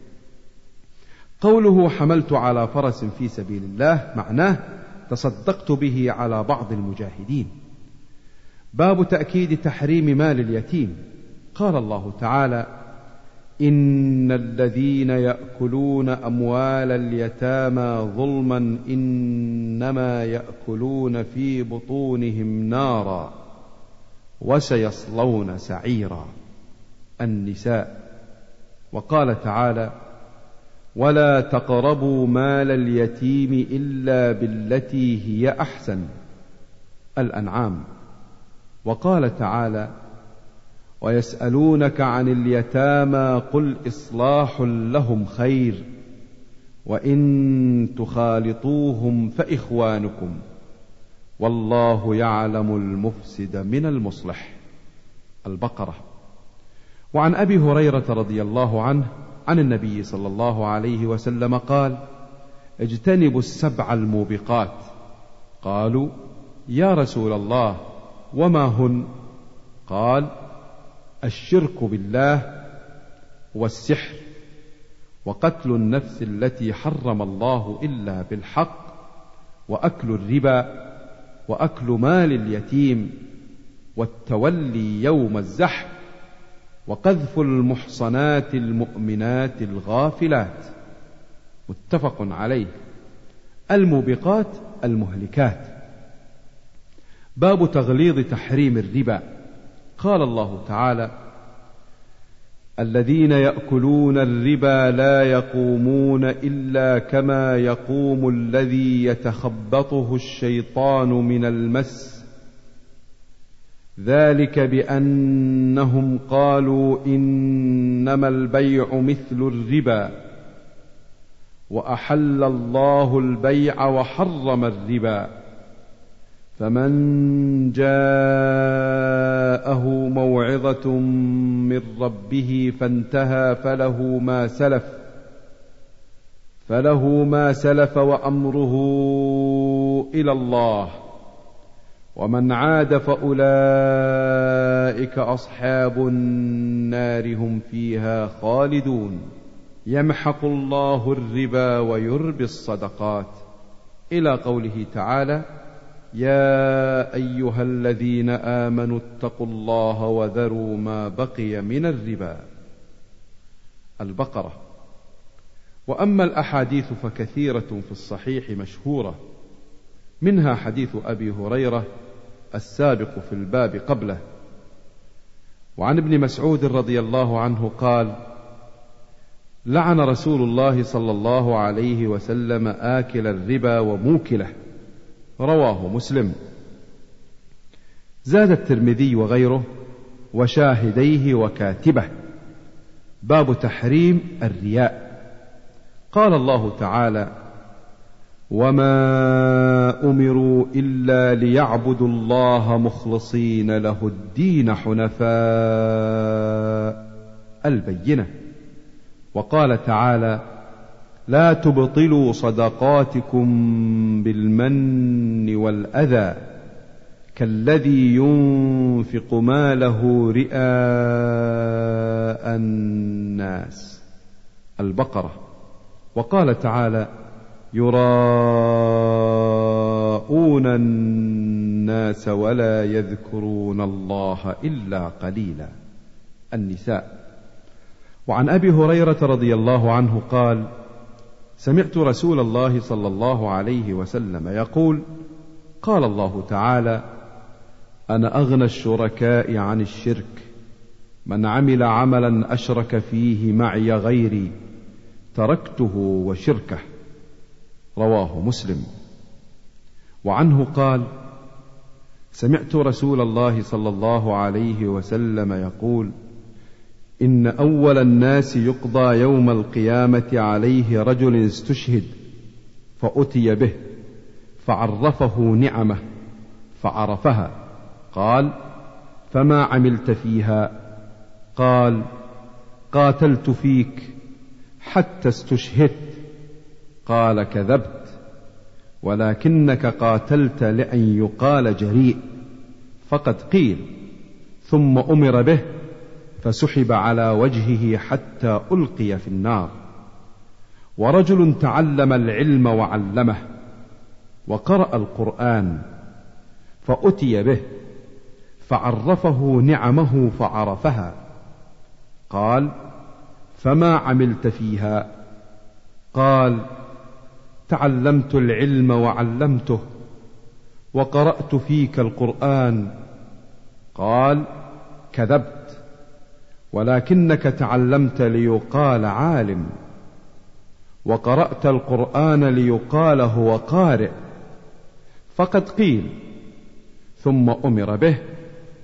قوله حملت على فرس في سبيل الله معناه تصدقت به على بعض المجاهدين. باب تأكيد تحريم مال اليتيم. قال الله تعالى: إن الذين يأكلون أموال اليتامى ظلما إنما يأكلون في بطونهم نارا وسيصلون سعيرا. النساء. وقال تعالى: ولا تقربوا مال اليتيم إلا بالتي هي أحسن. الأنعام. وقال تعالى: ويسألونك عن اليتامى قل إصلاح لهم خير وإن تخالطوهم فإخوانكم والله يعلم المفسد من المصلح. البقرة. وعن أبي هريرة رضي الله عنه عن النبي صلى الله عليه وسلم قال: اجتنبوا السبع الموبقات. قالوا: يا رسول الله وما هن؟ قال: الشرك بالله والسحر وقتل النفس التي حرم الله إلا بالحق وأكل الربا وأكل مال اليتيم والتولي يوم الزحف وقذف المحصنات المؤمنات الغافلات. متفق عليه. الموبقات المهلكات. باب تغليظ تحريم الربا. قال الله تعالى: الذين يأكلون الربا لا يقومون إلا كما يقوم الذي يتخبطه الشيطان من المس ذلك بأنهم قالوا إنما البيع مثل الربا وأحل الله البيع وحرم الربا فمن جاءه موعظة من ربه فانتهى فله ما سلف فله ما سلف وأمره إلى الله ومن عاد فأولئك أصحاب النار هم فيها خالدون. يمحق الله الربا ويربي الصدقات، إلى قوله تعالى: يا أيها الذين آمنوا اتقوا الله وذروا ما بقي من الربا. البقرة. وأما الأحاديث فكثيرة في الصحيح مشهورة، منها حديث أبي هريرة السابق في الباب قبله. وعن ابن مسعود رضي الله عنه قال: لعن رسول الله صلى الله عليه وسلم آكل الربا وموكله، رواه مسلم. زاد الترمذي وغيره: وشاهديه وكاتبه. باب تحريم الرياء. قال الله تعالى: وما أمروا إلا ليعبدوا الله مخلصين له الدين حنفاء. البينة. وقال تعالى: لا تبطلوا صدقاتكم بالمن والأذى كالذي ينفق ماله رئاء الناس. البقرة. وقال تعالى: يراءون الناس ولا يذكرون الله إلا قليلا. النساء. وعن أبي هريرة رضي الله عنه قال: سمعت رسول الله صلى الله عليه وسلم يقول: قال الله تعالى: أنا أغنى الشركاء عن الشرك، من عمل عملا أشرك فيه معي غيري تركته وشركه. رواه مسلم. وعنه قال: سمعت رسول الله صلى الله عليه وسلم يقول: إن أول الناس يقضى يوم القيامة عليه رجل استشهد فأتي به فعرفه نعمه فعرفها، قال: فما عملت فيها؟ قال: قاتلت فيك حتى استشهدت. قال: كذبت، ولكنك قاتلت لأن يقال جريء، فقد قيل. ثم أمر به فسحب على وجهه حتى ألقي في النار. ورجل تعلم العلم وعلمه وقرأ القرآن فأتي به فعرفه نعمه فعرفها، قال: فما عملت فيها؟ قال: تعلمت العلم وعلمته وقرأت فيك القرآن. قال: كذبت، ولكنك تعلمت ليقال عالم، وقرأت القرآن ليقال هو قارئ، فقد قيل. ثم أمر به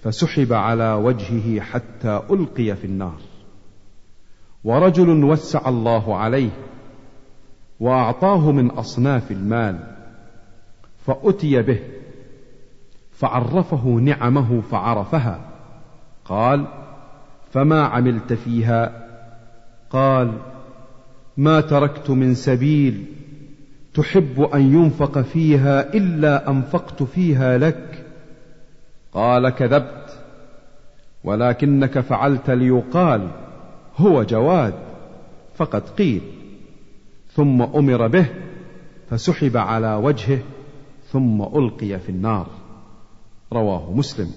فسحب على وجهه حتى ألقي في النار. ورجل وسع الله عليه وأعطاه من أصناف المال فأتي به فعرفه نعمه فعرفها، قال: فما عملت فيها؟ قال: ما تركت من سبيل تحب أن ينفق فيها إلا أنفقت فيها لك. قال: كذبت، ولكنك فعلت ليقال هو جواد، فقد قيل. ثم أمر به فسحب على وجهه ثم ألقي في النار. رواه مسلم.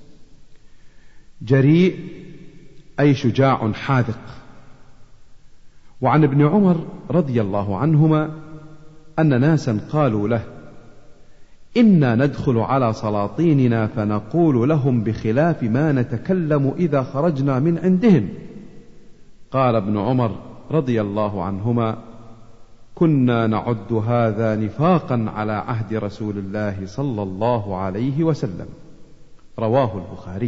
جريء أي شجاع حاذق. وعن ابن عمر رضي الله عنهما أن ناسا قالوا له: إنا ندخل على سلاطيننا فنقول لهم بخلاف ما نتكلم إذا خرجنا من عندهم. قال ابن عمر رضي الله عنهما: كنا نعد هذا نفاقا على عهد رسول الله صلى الله عليه وسلم. رواه البخاري.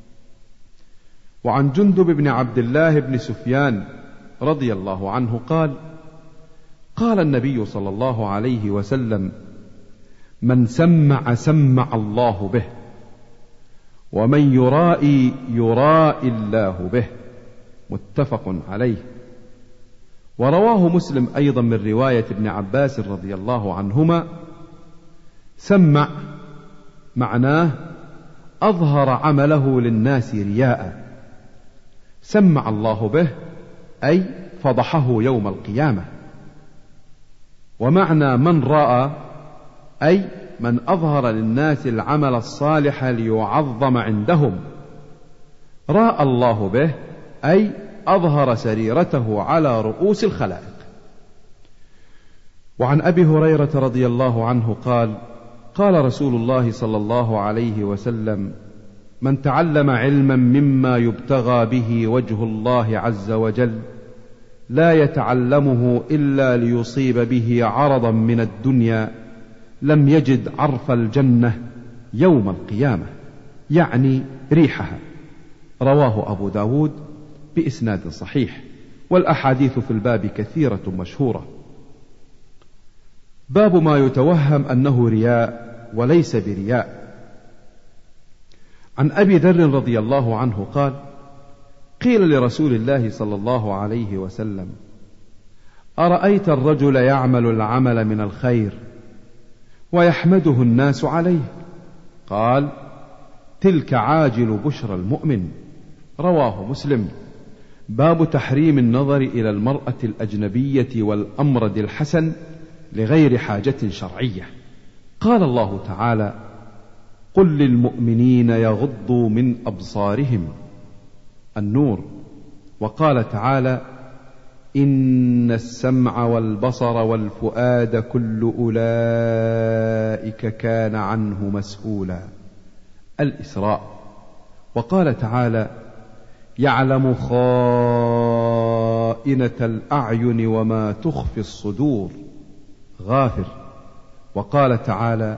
وعن جندب بن عبد الله بن سفيان رضي الله عنه قال: قال النبي صلى الله عليه وسلم: من سمع سمع الله به، ومن يرائي يرائي الله به. متفق عليه. ورواه مسلم أيضا من رواية ابن عباس رضي الله عنهما: سمع معناه أظهر عمله للناس رياء، سمع الله به أي فضحه يوم القيامة. ومعنى من رأى أي من أظهر للناس العمل الصالح ليعظم عندهم. رأى الله به أي أظهر سريرته على رؤوس الخلائق. وعن أبي هريرة رضي الله عنه قال: قال رسول الله صلى الله عليه وسلم: من تعلم علما مما يبتغى به وجه الله عز وجل لا يتعلمه إلا ليصيب به عرضا من الدنيا لم يجد عرف الجنة يوم القيامة، يعني ريحها. رواه أبو داود بإسناد صحيح. والأحاديث في الباب كثيرة مشهورة. باب ما يتوهم أنه رياء وليس برياء. عن أبي ذر رضي الله عنه قال: قيل لرسول الله صلى الله عليه وسلم: أرأيت الرجل يعمل العمل من الخير ويحمده الناس عليه؟ قال: تلك عاجل بشرى المؤمن. رواه مسلم. باب تحريم النظر إلى المرأة الأجنبية والأمرد الحسن لغير حاجة شرعية. قال الله تعالى: قل للمؤمنين يغضوا من أبصارهم. النور. وقال تعالى: إن السمع والبصر والفؤاد كل أولئك كان عنه مسؤولا. الإسراء. وقال تعالى: يعلم خائنة الأعين وما تخفي الصدور. غافر. وقال تعالى: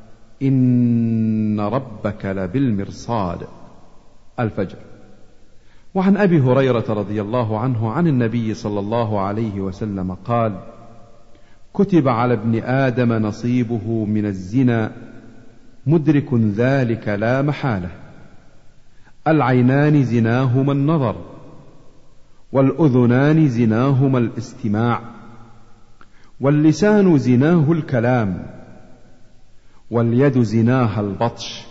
إن ربك لبالمرصاد. الفجر. وعن أبي هريرة رضي الله عنه عن النبي صلى الله عليه وسلم قال: كتب على ابن آدم نصيبه من الزنا مدرك ذلك لا محالة. العينان زناهما النظر، والأذنان زناهما الاستماع، واللسان زناه الكلام، واليد زناها البطش،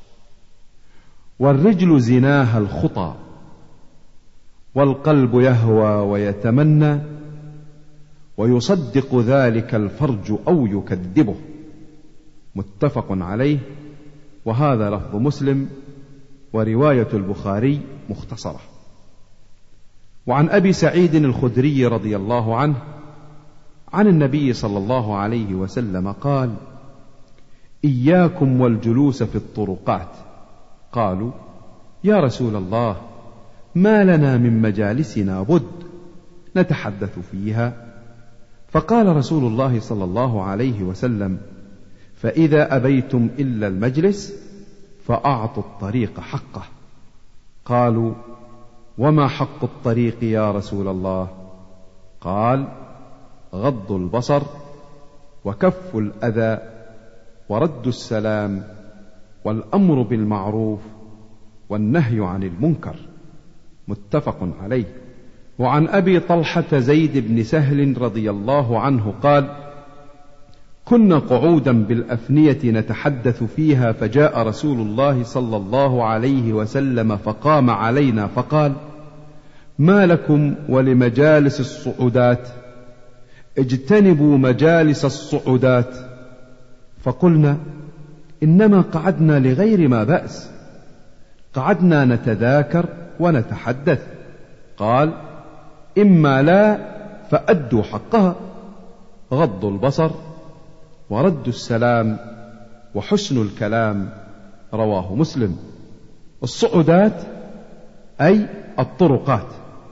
والرجل زناها الخطى، والقلب يهوى ويتمنى، ويصدق ذلك الفرج أو يكذبه. متفق عليه. وهذا لفظ مسلم، ورواية البخاري مختصرة. وعن أبي سعيد الخدري رضي الله عنه عن النبي صلى الله عليه وسلم قال: إياكم والجلوس في الطرقات. قالوا: يا رسول الله، ما لنا من مجالسنا بد نتحدث فيها. فقال رسول الله صلى الله عليه وسلم: فإذا أبيتم إلا المجلس فأعطوا الطريق حقه. قالوا: وما حق الطريق يا رسول الله؟ قال: غض البصر، وكف الأذى، ورد السلام، والأمر بالمعروف، والنهي عن المنكر. متفق عليه. وعن أبي طلحة زيد بن سهل رضي الله عنه قال: كنا قعودا بالأفنية نتحدث فيها، فجاء رسول الله صلى الله عليه وسلم فقام علينا فقال: ما لكم ولمجالس الصعودات؟ اجتنبوا مجالس الصعودات. فقلنا: إنما قعدنا لغير ما بأس، قعدنا نتذاكر ونتحدث. قال: إما لا فأدوا حقها، غض البصر، ورد السلام، وحسن الكلام. رواه مسلم. الصعودات أي الطرقات.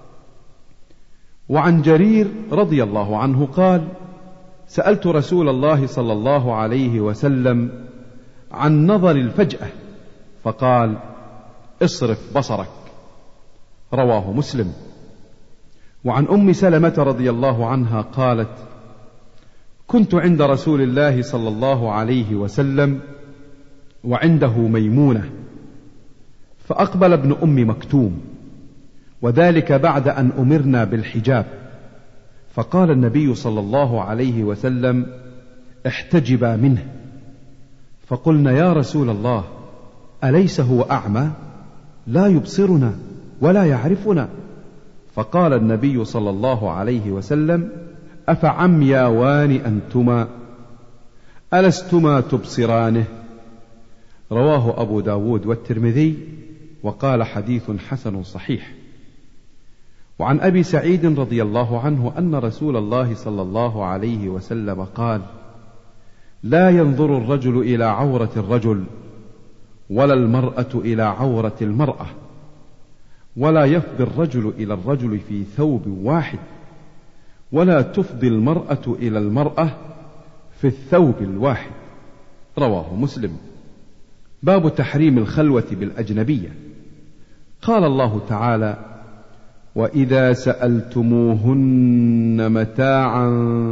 وعن جرير رضي الله عنه قال: سألت رسول الله صلى الله عليه وسلم عن نظر الفجأة، فقال: اصرف بصرك. رواه مسلم. وعن أم سلمة رضي الله عنها قالت: كنت عند رسول الله صلى الله عليه وسلم وعنده ميمونة، فأقبل ابن أم مكتوم، وذلك بعد أن أمرنا بالحجاب، فقال النبي صلى الله عليه وسلم: احتجبا منه. فقلنا: يا رسول الله، أليس هو أعمى لا يبصرنا ولا يعرفنا؟ فقال النبي صلى الله عليه وسلم: أفعمياوان أنتما ألستما تبصرانه؟ رواه أبو داود والترمذي، وقال حديث حسن صحيح. وعن أبي سعيد رضي الله عنه أن رسول الله صلى الله عليه وسلم قال: لا ينظر الرجل إلى عورة الرجل، ولا المرأة إلى عورة المرأة، ولا يفضي الرجل إلى الرجل في ثوب واحد، ولا تفضي المرأة إلى المرأة في الثوب الواحد. رواه مسلم. باب تحريم الخلوة بالأجنبية. قال الله تعالى: وإذا سألتموهن متاعا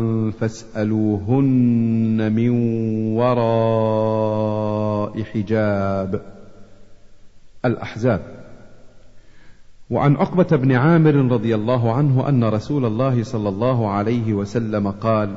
فاسألوهن من وراء حجاب. الأحزاب. وعن عقبة بن عامر رضي الله عنه أن رسول الله صلى الله عليه وسلم قال: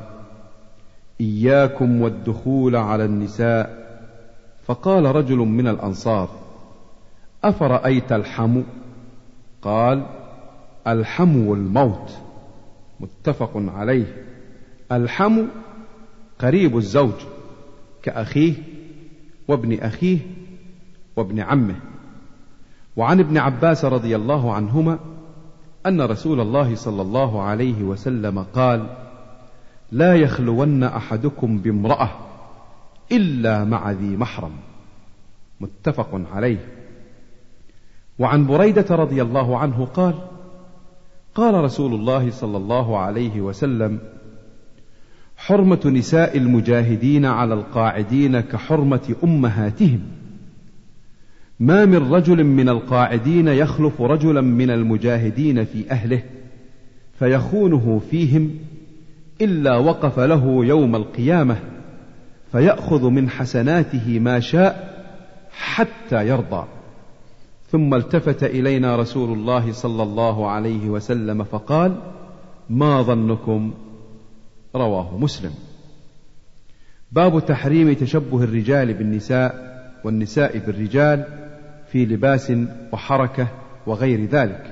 إياكم والدخول على النساء. فقال رجل من الأنصار: أفرأيت الحمو؟ قال: الحمو الموت. متفق عليه. الحمو قريب الزوج كأخيه وابن أخيه وابن عمه. وعن ابن عباس رضي الله عنهما أن رسول الله صلى الله عليه وسلم قال: لا يخلون أحدكم بامرأة إلا مع ذي محرم. متفق عليه. وعن بريدة رضي الله عنه قال: قال رسول الله صلى الله عليه وسلم: حرمة نساء المجاهدين على القاعدين كحرمة أمهاتهم، ما من رجل من القاعدين يخلف رجلا من المجاهدين في أهله فيخونه فيهم إلا وقف له يوم القيامة فيأخذ من حسناته ما شاء حتى يرضى. ثم التفت إلينا رسول الله صلى الله عليه وسلم فقال: ما ظنكم؟ رواه مسلم. باب تحريم تشبه الرجال بالنساء والنساء بالرجال في لباس وحركة وغير ذلك.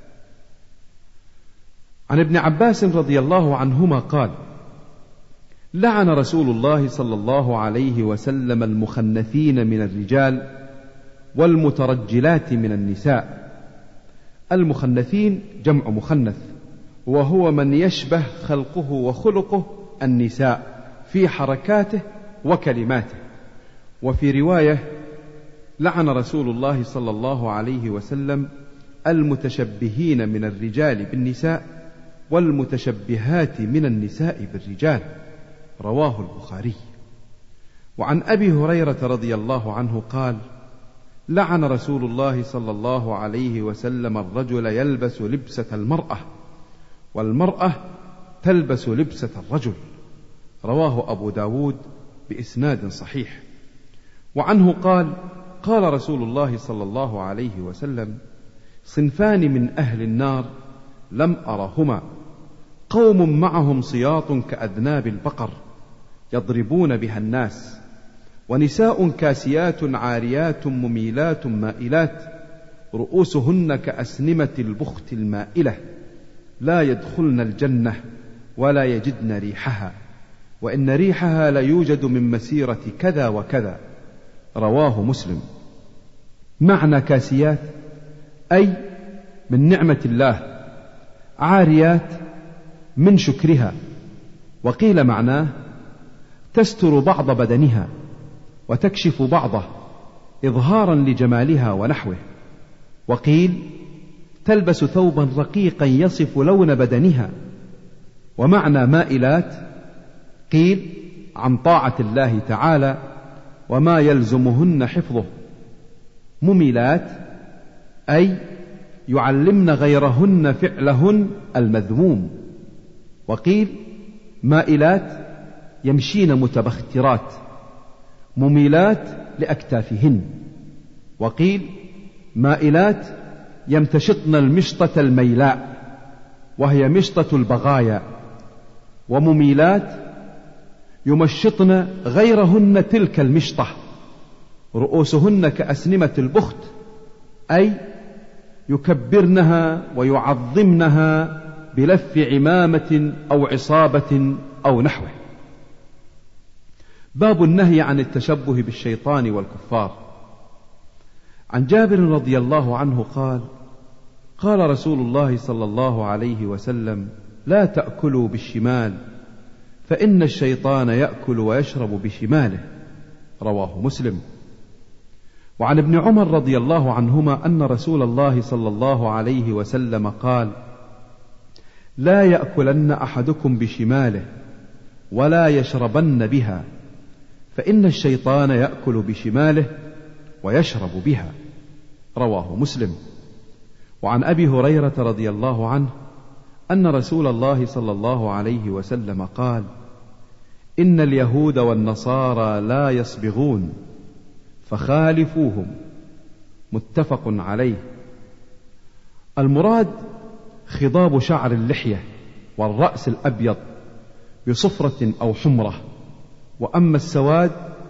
عن ابن عباس رضي الله عنهما قال: لعن رسول الله صلى الله عليه وسلم المخنثين من الرجال والمترجلات من النساء. المخنثين جمع مخنث، وهو من يشبه خلقه وخلقه النساء في حركاته وكلماته. وفي رواية: لعن رسول الله صلى الله عليه وسلم المتشبهين من الرجال بالنساء والمتشبهات من النساء بالرجال. رواه البخاري. وعن أبي هريرة رضي الله عنه قال: لعن رسول الله صلى الله عليه وسلم الرجل يلبس لبسة المرأة، والمرأة تلبس لبسة الرجل. رواه أبو داود بإسناد صحيح. وعنه قال: قال رسول الله صلى الله عليه وسلم: صنفان من أهل النار لم أرهما، قوم معهم سياط كأذناب البقر يضربون بها الناس، ونساء كاسيات عاريات مميلات مائلات رؤوسهن كأسنمة البخت المائلة، لا يدخلن الجنة ولا يجدن ريحها، وإن ريحها ليوجد من مسيرة كذا وكذا. رواه مسلم. معنى كاسيات أي من نعمة الله، عاريات من شكرها، وقيل معناه تستر بعض بدنها وتكشف بعضه إظهارا لجمالها ونحوه، وقيل تلبس ثوبا رقيقا يصف لون بدنها. ومعنى مائلات قيل عن طاعة الله تعالى وما يلزمهن حفظه. مميلات أي يعلمن غيرهن فعلهن المذموم. وقيل مائلات يمشين متبخترات مميلات لأكتافهن. وقيل مائلات يمتشطن المشطة الميلاء وهي مشطة البغايا، ومميلات يمشطن غيرهن تلك المشطة، رؤوسهن كأسنمة البخت أي يكبرنها ويعظمنها بلف عمامة أو عصابة أو نحوه. باب النهي عن التشبه بالشيطان والكفار. عن جابر رضي الله عنه قال: قال رسول الله صلى الله عليه وسلم: لا تأكلوا بالشمال فإن الشيطان يأكل ويشرب بشماله. رواه مسلم. وعن ابن عمر رضي الله عنهما أن رسول الله صلى الله عليه وسلم قال: لا يأكلن أحدكم بشماله ولا يشربن بها، فإن الشيطان يأكل بشماله ويشرب بها. رواه مسلم. وعن أبي هريرة رضي الله عنه أن رسول الله صلى الله عليه وسلم قال: إن اليهود والنصارى لا يصبغون فخالفوهم. متفق عليه. المراد خضاب شعر اللحية والرأس الأبيض بصفرة أو حمرة، وأما السواد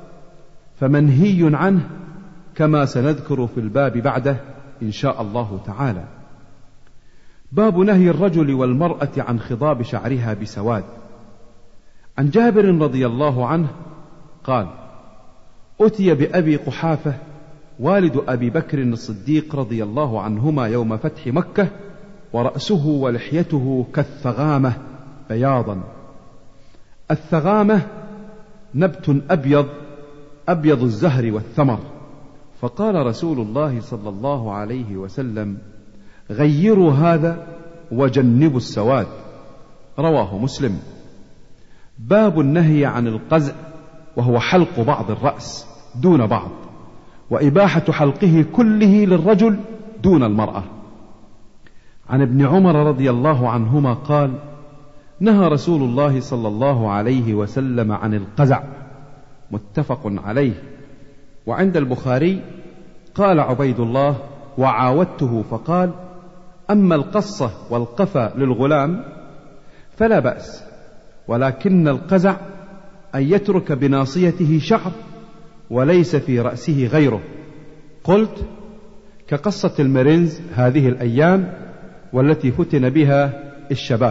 فمنهي عنه كما سنذكر في الباب بعده إن شاء الله تعالى. باب نهي الرجل والمرأة عن خضاب شعرها بسواد. عن جابر رضي الله عنه قال: أتي بأبي قحافة والد أبي بكر الصديق رضي الله عنهما يوم فتح مكة، ورأسه ولحيته كالثغامة بياضا. الثغامة نبت أبيض أبيض الزهر والثمر، فقال رسول الله صلى الله عليه وسلم: غيروا هذا وجنبوا السواد. رواه مسلم. باب النهي عن القزع، وهو حلق بعض الرأس دون بعض، وإباحة حلقه كله للرجل دون المرأة. عن ابن عمر رضي الله عنهما قال: نهى رسول الله صلى الله عليه وسلم عن القزع. متفق عليه. وعند البخاري قال عبيد الله: وعاودته فقال: أما القصة والقفا للغلام فلا بأس، ولكن القزع أن يترك بناصيته شعر وليس في رأسه غيره. قلت: كقصة المرنز هذه الأيام والتي فتن بها الشباب.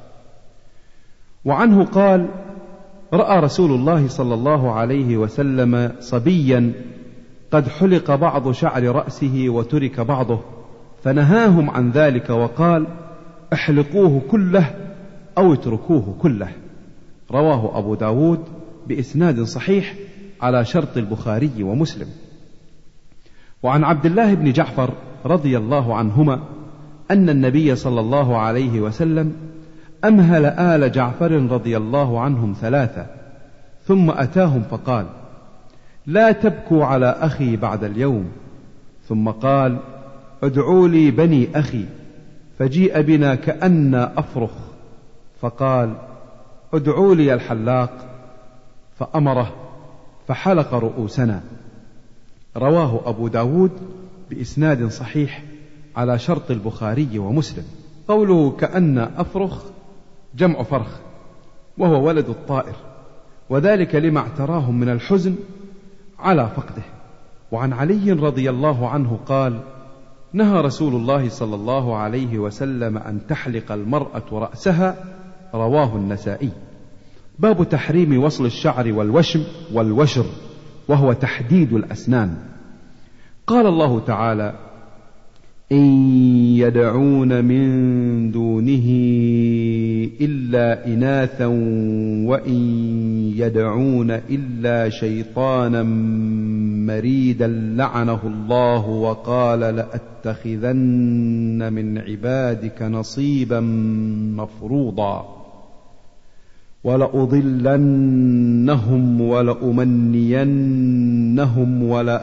وعنه قال: رأى رسول الله صلى الله عليه وسلم صبيا قد حلق بعض شعر رأسه وترك بعضه، فنهاهم عن ذلك وقال: احلقوه كله أو اتركوه كله. رواه أبو داود بإسناد صحيح على شرط البخاري ومسلم. وعن عبد الله بن جعفر رضي الله عنهما أن النبي صلى الله عليه وسلم أمهل آل جعفر رضي الله عنهم ثلاثة، ثم أتاهم فقال: لا تبكوا على أخي بعد اليوم، ثم قال: ادعوا لي بني أخي، فجيء بنا كأن أفرخ، فقال: ادعوا لي الحلاق، فأمره فحلق رؤوسنا. رواه أبو داود بإسناد صحيح على شرط البخاري ومسلم. قوله كأن أفرخ جمع فرخ، وهو ولد الطائر، وذلك لما اعتراهم من الحزن على فقده. وعن علي رضي الله عنه قال: نهى رسول الله صلى الله عليه وسلم أن تحلق المرأة رأسها. رواه النسائي. باب تحريم وصل الشعر والوشم والوشر، وهو تحديد الأسنان. قال الله تعالى: إن يدعون من دونه إلا إناثا وإن يدعون إلا شيطانا مريدا لعنه الله وقال لأتخذن من عبادك نصيبا مفروضا ولأضلنهم ولأمنينهم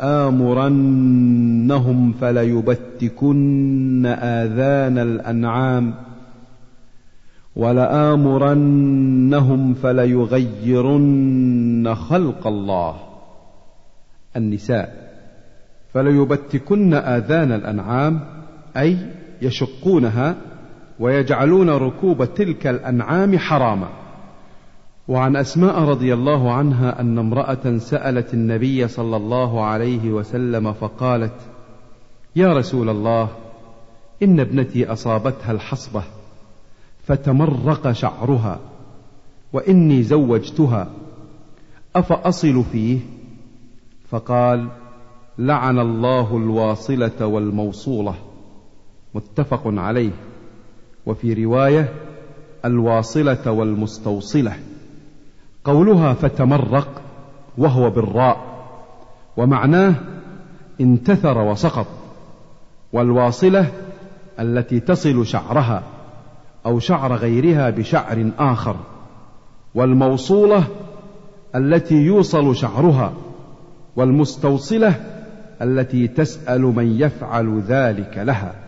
ولآمرنهم فليبتكن آذان الأنعام ولآمرنهم فليغيرن خلق الله. النساء. فليبتكن آذان الأنعام أي يشقونها ويجعلون ركوب تلك الأنعام حراما. وعن أسماء رضي الله عنها أن امرأة سألت النبي صلى الله عليه وسلم فقالت: يا رسول الله، إن ابنتي أصابتها الحصبة فتمرق شعرها وإني زوجتها، أفأصل فيه؟ فقال: لعن الله الواصلة والموصولة. متفق عليه. وفي رواية: الواصلة والمستوصلة. قولها فتمرق وهو بالراء، ومعناه انتثر وسقط. والواصلة التي تصل شعرها أو شعر غيرها بشعر آخر، والموصولة التي يوصل شعرها، والمستوصلة التي تسأل من يفعل ذلك لها.